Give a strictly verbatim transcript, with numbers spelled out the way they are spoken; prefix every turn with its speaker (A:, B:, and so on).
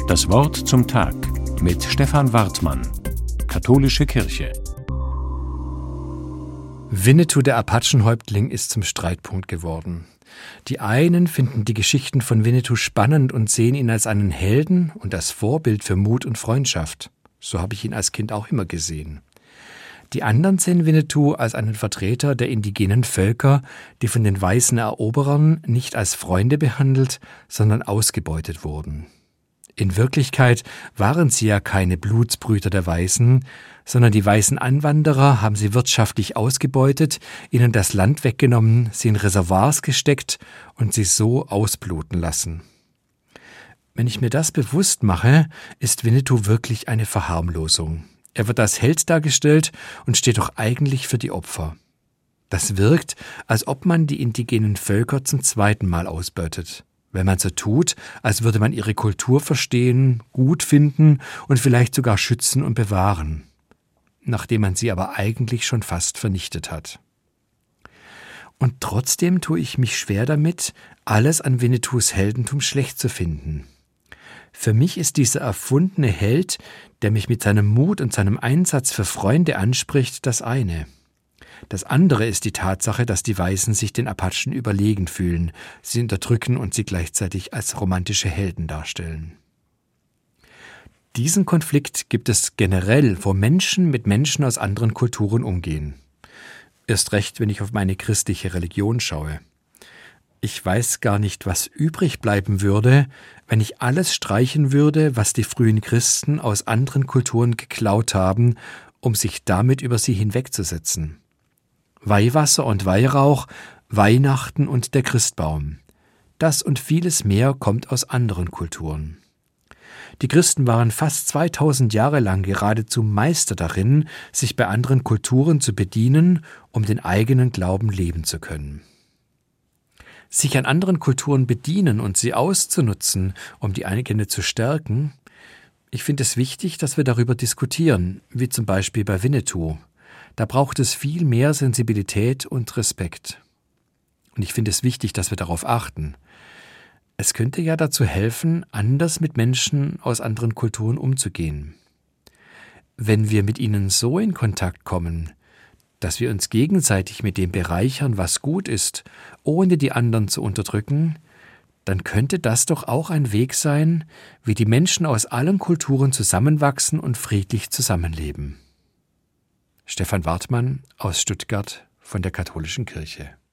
A: Das Wort zum Tag mit Stefan Wartmann, Katholische Kirche.
B: Winnetou, der Apachenhäuptling, ist zum Streitpunkt geworden. Die einen finden die Geschichten von Winnetou spannend und sehen ihn als einen Helden und als Vorbild für Mut und Freundschaft. So habe ich ihn als Kind auch immer gesehen. Die anderen sehen Winnetou als einen Vertreter der indigenen Völker, die von den weißen Eroberern nicht als Freunde behandelt, sondern ausgebeutet wurden. In Wirklichkeit waren sie ja keine Blutsbrüder der Weißen, sondern die weißen Anwanderer haben sie wirtschaftlich ausgebeutet, ihnen das Land weggenommen, sie in Reservoirs gesteckt und sie so ausbluten lassen. Wenn ich mir das bewusst mache, ist Winnetou wirklich eine Verharmlosung. Er wird als Held dargestellt und steht doch eigentlich für die Opfer. Das wirkt, als ob man die indigenen Völker zum zweiten Mal ausbeutet. Wenn man so tut, als würde man ihre Kultur verstehen, gut finden und vielleicht sogar schützen und bewahren, nachdem man sie aber eigentlich schon fast vernichtet hat. Und trotzdem tue ich mich schwer damit, alles an Winnetous Heldentum schlecht zu finden. Für mich ist dieser erfundene Held, der mich mit seinem Mut und seinem Einsatz für Freunde anspricht, das eine. Das andere ist die Tatsache, dass die Weißen sich den Apachen überlegen fühlen, sie unterdrücken und sie gleichzeitig als romantische Helden darstellen. Diesen Konflikt gibt es generell, wo Menschen mit Menschen aus anderen Kulturen umgehen. Erst recht, wenn ich auf meine christliche Religion schaue. Ich weiß gar nicht, was übrig bleiben würde, wenn ich alles streichen würde, was die frühen Christen aus anderen Kulturen geklaut haben, um sich damit über sie hinwegzusetzen. Weihwasser und Weihrauch, Weihnachten und der Christbaum. Das und vieles mehr kommt aus anderen Kulturen. Die Christen waren fast zweitausend Jahre lang geradezu Meister darin, sich bei anderen Kulturen zu bedienen, um den eigenen Glauben leben zu können. Sich an anderen Kulturen bedienen und sie auszunutzen, um die eigene zu stärken, ich finde es wichtig, dass wir darüber diskutieren, wie zum Beispiel bei Winnetou. Da braucht es viel mehr Sensibilität und Respekt. Und ich finde es wichtig, dass wir darauf achten. Es könnte ja dazu helfen, anders mit Menschen aus anderen Kulturen umzugehen. Wenn wir mit ihnen so in Kontakt kommen, dass wir uns gegenseitig mit dem bereichern, was gut ist, ohne die anderen zu unterdrücken, dann könnte das doch auch ein Weg sein, wie die Menschen aus allen Kulturen zusammenwachsen und friedlich zusammenleben. Stefan Wartmann aus Stuttgart von der Katholischen Kirche.